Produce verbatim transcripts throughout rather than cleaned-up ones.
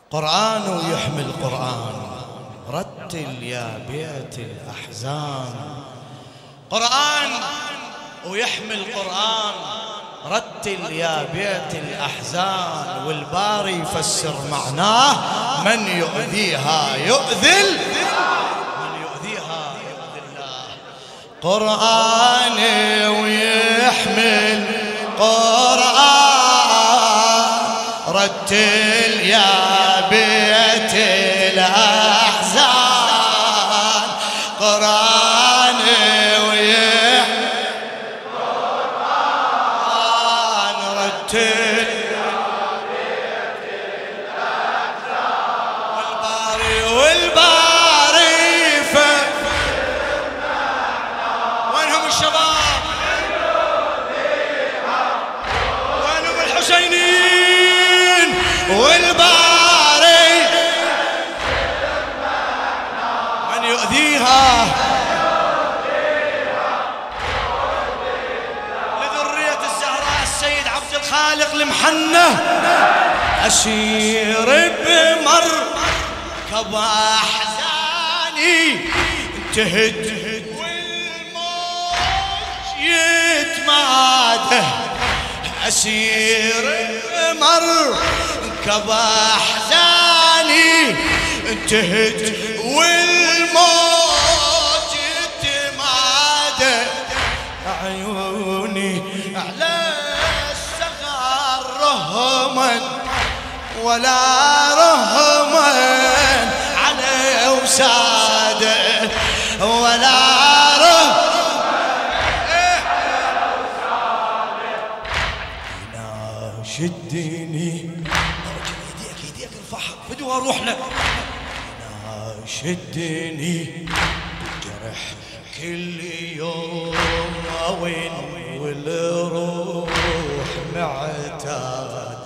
قرآن يحمي القرآن، رتل يا بيت الأحزان. قرآن ويحمي القرآن، رتل يا بيت الأحزان. والباري يفسر معناه: من يؤذيها يؤذل، من يؤذيها يؤذي الله. قرآن ويحمي القرآن، رتل يا بيت الأحزان. قرآن ويحمي القرآن، رتل والباري والباري وينهم الشباب؟ وينهم الحسينيين؟ والباري من يؤذيها لذرية الزهراء السيد عبد الخالق المحنة. أسير بمركب أحزاني تهد والموج يتماده. أسير بمركب أحزاني تهد والموج يتماده. عيوني على الصغار رهمن ولا رهمن على وساده، ولا رهمن ناشدني. ايديك ايديك ارفعها بدو اروح له. ناشدني جرح كل يوم وين والروح معتاده.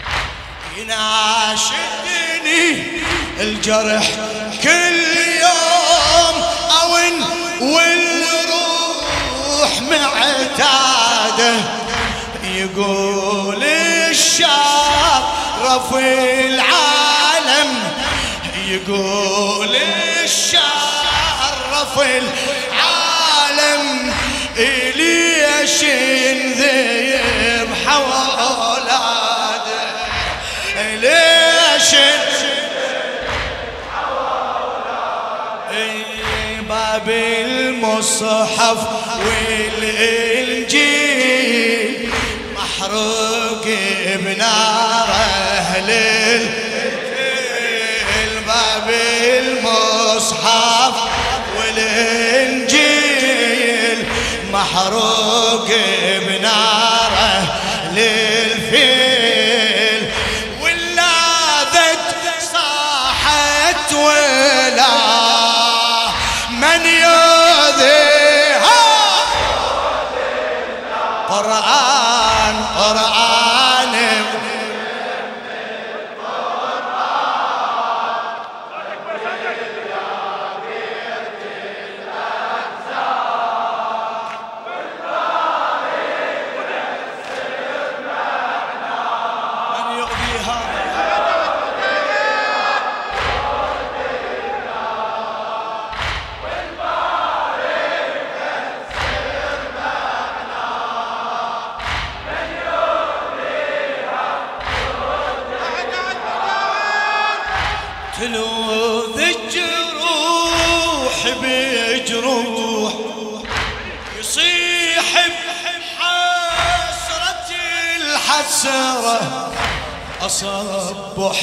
يناشدني الجرح كل يوم أون والروح معتاده. يقول الشرف العالم، يقول الشرف العالم ليش نذيب حولاده، ليش باب المصحف والإنجيل محروق بنار أهل الباب. المصحف والإنجيل محروق بنار أهل الفيل. ولاذت صاحت ولا من يؤذيها. قرآن قرآن تلوذ الجروح بجروح، يصيح بحسرة الحسرة. أصبح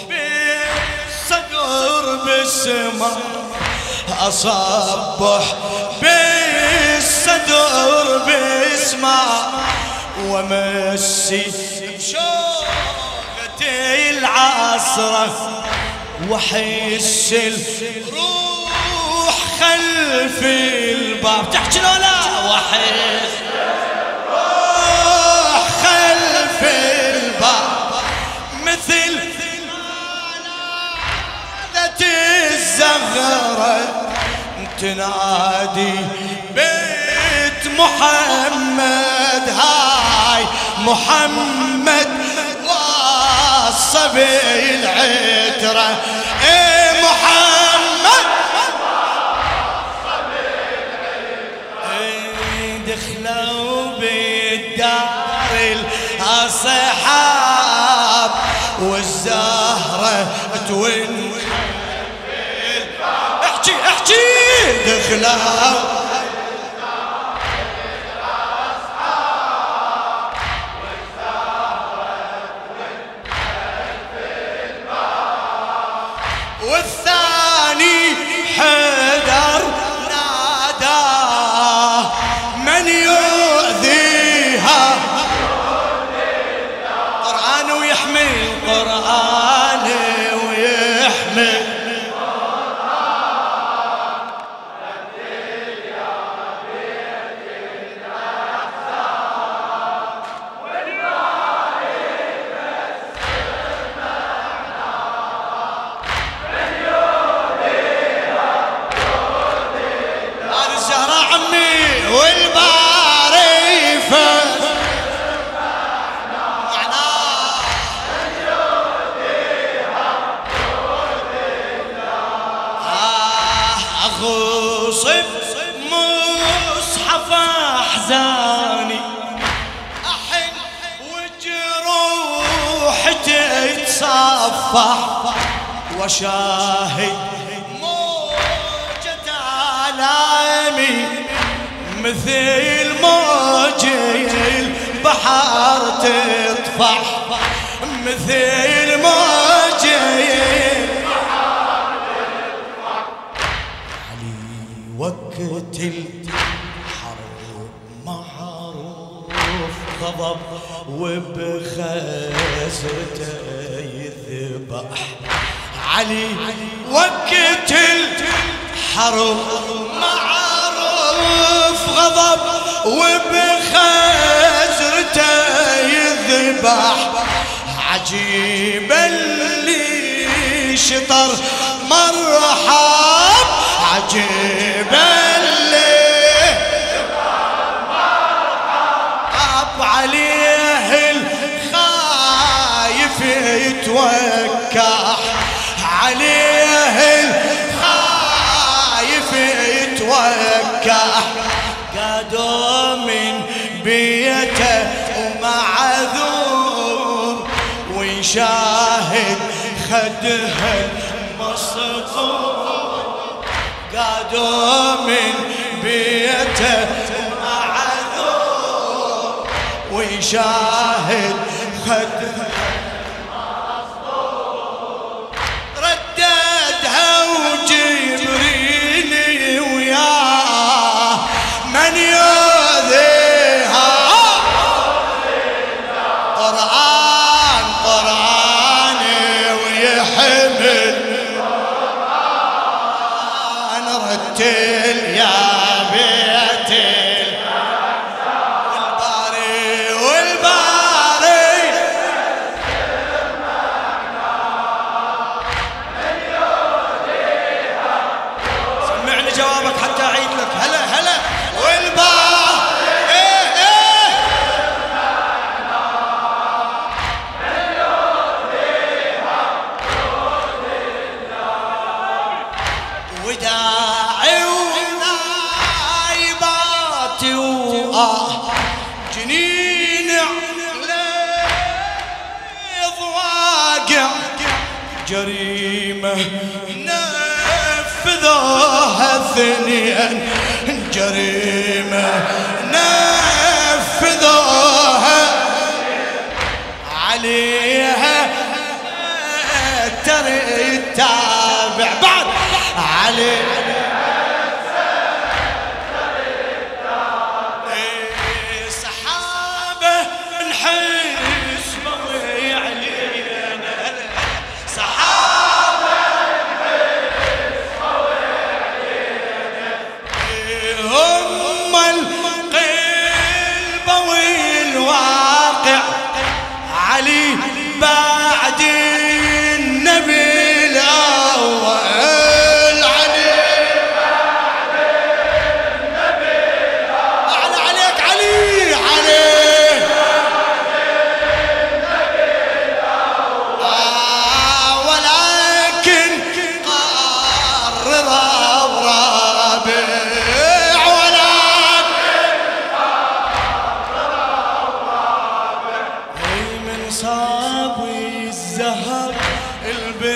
بالصدر بالسماء، أصبح بالصدر بالسماء. ومسي بشوفتي العصرة، وحس الروح خلف الباب. تحكي له لا؟ وحس الروح خلف الباب مثل نادت الزهرة تنادي بيت محمد. هاي محمد الصبي العترة اي محمد اي دخلوا بالدار الاصحاب والزهرة تون احكي احكي دخلوا والثاني حيدر ناداه من يؤذيها قرآن ويحمي قرآن ويحمي والباري فز أغصب مصحف أحزاني أحن وجروح تتصفح وشاهد موجة آلامي مثل موج البحر تطفح مثل موج البحر تطفح علي وقت الحرب معروف غضب وبخزته يذبح علي وقت الحرب معروف غضب وبخزرته يذبح عجيب اللي شطر مرحب عجيب اللي شطر مرحب عليه الخايف يتوكح عليه الخايف يتوكح قادوا من بيته ومعذور ويشاهد خدها مصدور قادوا من بيته ومعذور ويشاهد خدها مصدور رددها وجبريل وياه من يؤذيها قرآن قرآن ويحمل قرآن رتل يا بيت والباري والباري سمعني جوابك حتى أعيد لك هلا هلا والباري إيه إيه وداعي ونايبات وآه جنين عليض واقع جريمة نفذوها اثنين جريمة نفذوها عليها ترى التابع بعد عليها سحابة نحس بوي علينا سحابة نحس بوي علينا هم القلب والواقع علي بعد النبي الأول علي بعد النبي الأول أعلى عليك علي علي بعد النبي الأول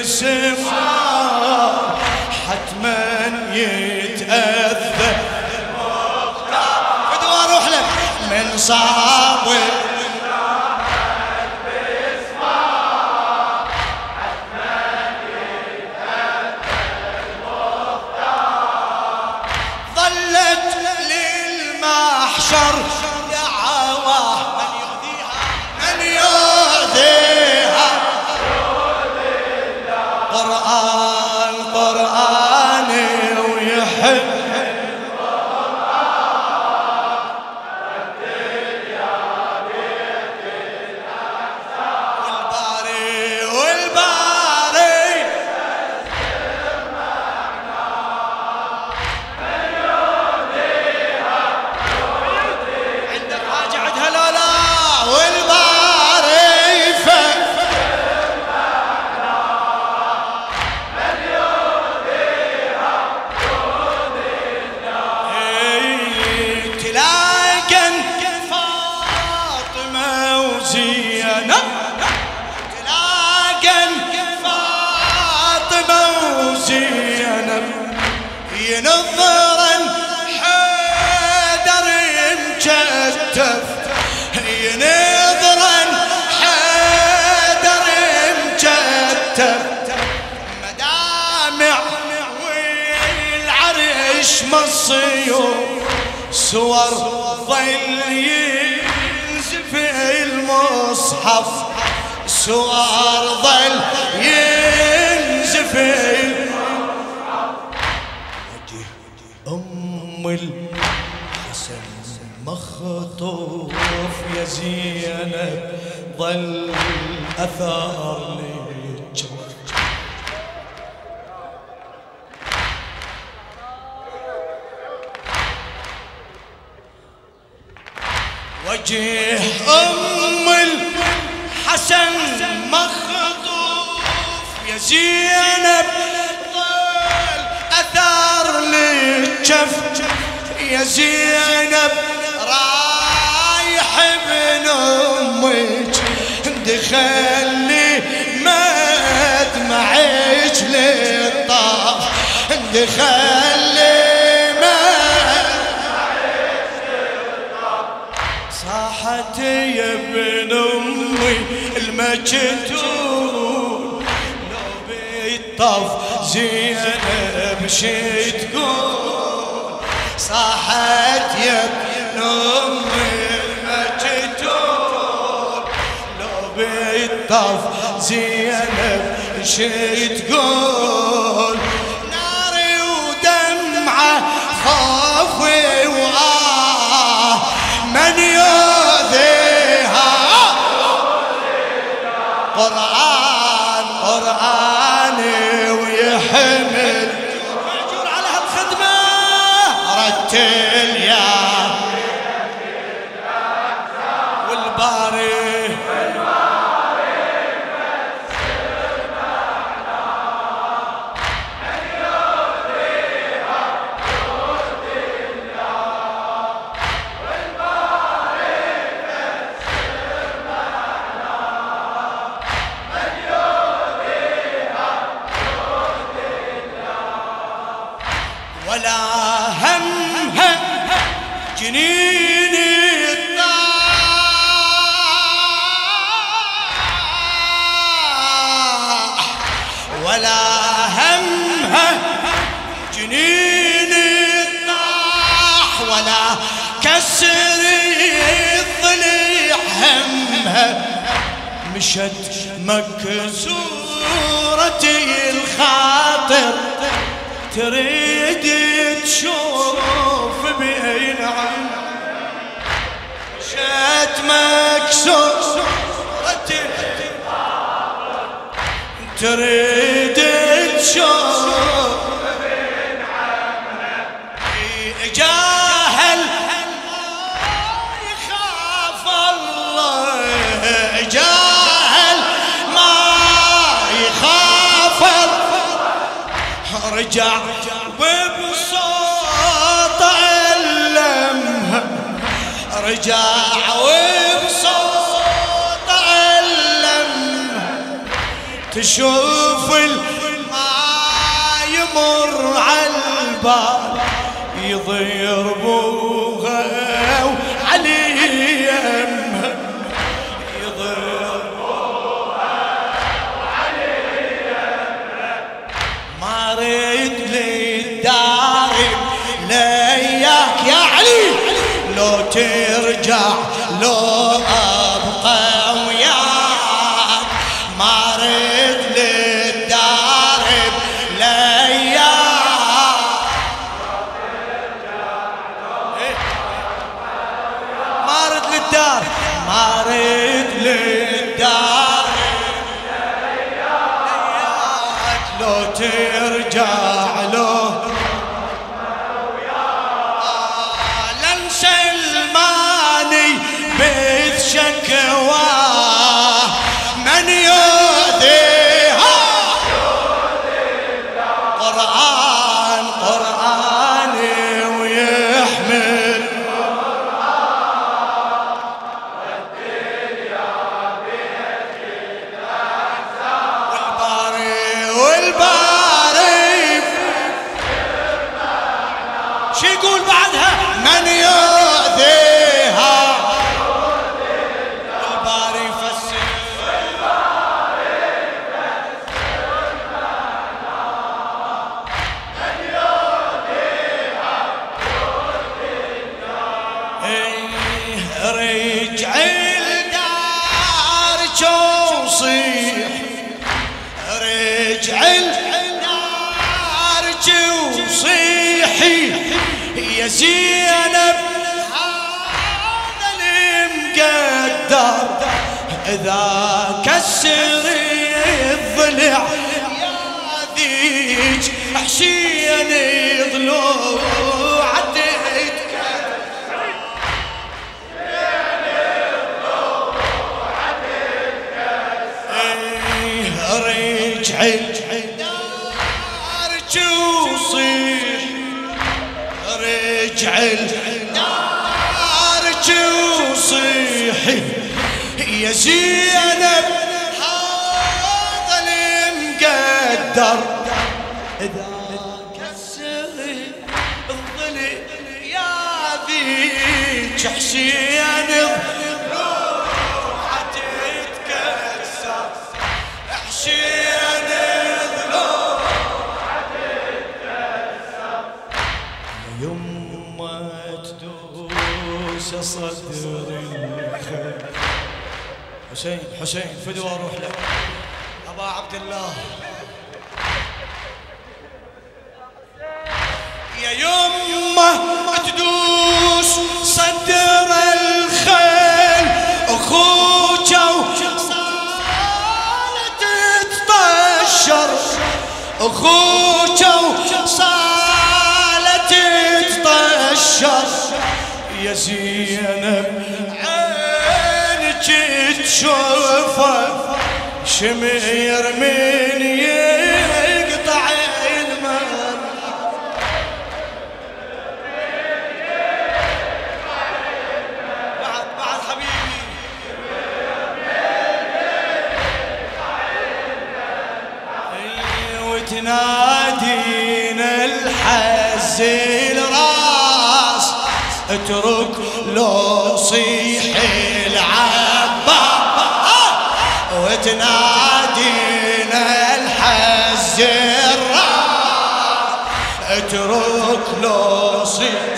بسمار حتما يتأذى فدوا اروح لك من صاب دعواه من يؤذيها من يؤذيها قرآن قرآن ويحب والباري والباري ينظرا حيدر مجتف ينظرا حيدر مجتف مدامع والعرش مصيوم صور ظل ينزف المصحف صور ظل ينزف أم الحسن مخطوف يا زينب ظل أثار للجرح وجه أم الحسن مخطوف يا زينب ظل أثار للجف يا زينب رايح ابن أمك دخلي مدمعك للطاف دخلي مدمعك للطاف صاحت يا ابن أمي المجتول لو بيطاف زينب شي تقول صاحت يا ابن أمي المجتول لو بيطاف زينب شي تقول ناري ودمعة خوفي وآه من يؤذيها قرآن قرآني ويحمل مأجور على هالخدمة رتل يا والباري ولا همها جنين الطاح ولا همها جنين الطاح ولا كسر الضليع همها مشت مكسورة الخاطر تريد تشوف بعين عين مشت مكسورة تريد تشوف بعين عين جاهل يخاف الله جاهل ما يخاف رجع وبصوت علمها رجع وبصوت علمها تشوف ما يمر عالبال يضربوها وعلي يمها يضربوها وعلي يمها ما ريد للدار لياك يا علي لو ترجع لو ابقى وياك ما ريد للدار لياك ما ريد للدار ما ريد للدار لياك لو ترجع له شكواه من يؤذيها قرآن قرآني ويحمل والباري والباري شو يقول بعدها من يؤذيها رجع الدار وصيح رجع الدار وصيحي يا زينب هذا المقدر إذا كسر الضلع يا ذيك حسين ضلوع رجع الدار وصيح رجع الدار وصيحي يا زينب هذا المقدر إذا كسر الضلع يا ذيك حسين ضلوعها تتكسر حسين ضلوعها تتكسر يما تدوس صدر الخير حسين حسين فدوى اروح لك ابا عبد الله يا يمه تدوس صدر الخيل اخوك وصالت تطشر اخوك وصالت تطشر يا زينب عينك تشوفه شمير من يقطع المال بعد بعد حبيبي وتنادينا الحز الراس اترك لو صيح العباس وتنادينا الحز الراس اترك لو صيح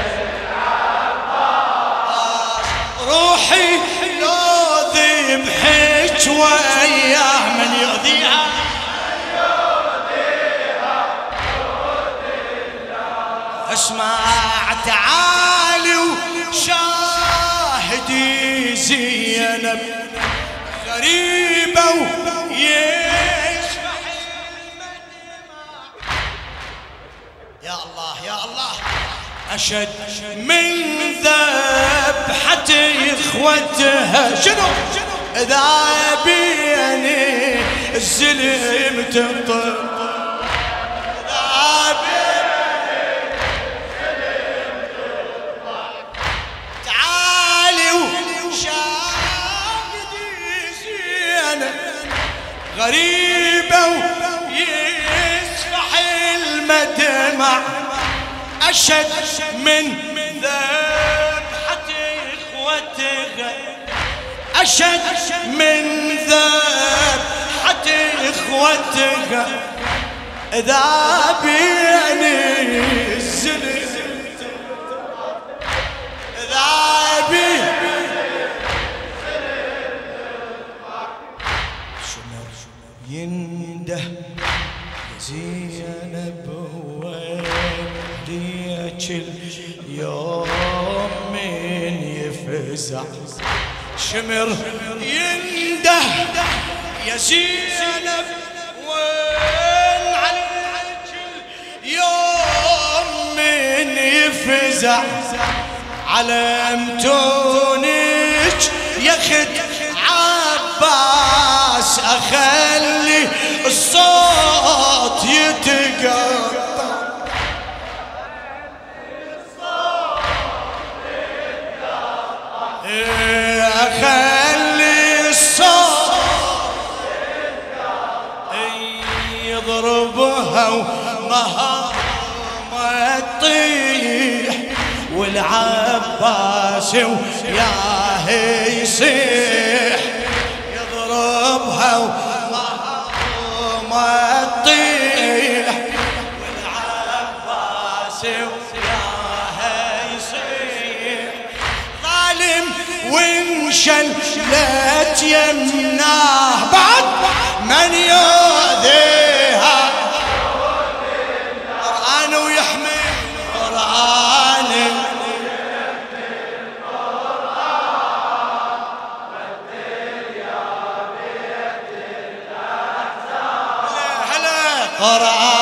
العباس روحي لو ذبحك وياه من يؤذيها اسمع تعالي وشاهدي زينب غريبة ويشبح المدمع يا الله يا الله أشد من ذبحة إخوتها شنو إذا بيني الزلم تنطر غريب ويسفح المدمع أشد من ذبحة إخوتها أشد من ذبحة إخوتها إذا بيني الزلت إذا بيني شمر ينده يا زينب وين ديك اليوم من يفزع شمر ينده يا زينب وين عليك اليوم من يفزع علمتونك يا خد عباس اخلي الصوت يتقطع اخلي الصوت يضربها ومهار ما تطيح والعباس وياه يصيح يضربها ومهار ما تطيح والعباس وياه يصيح ظالم وانشلت يمناه بعد من يؤذيها قرآن ويحمي قرآن هلا قرآن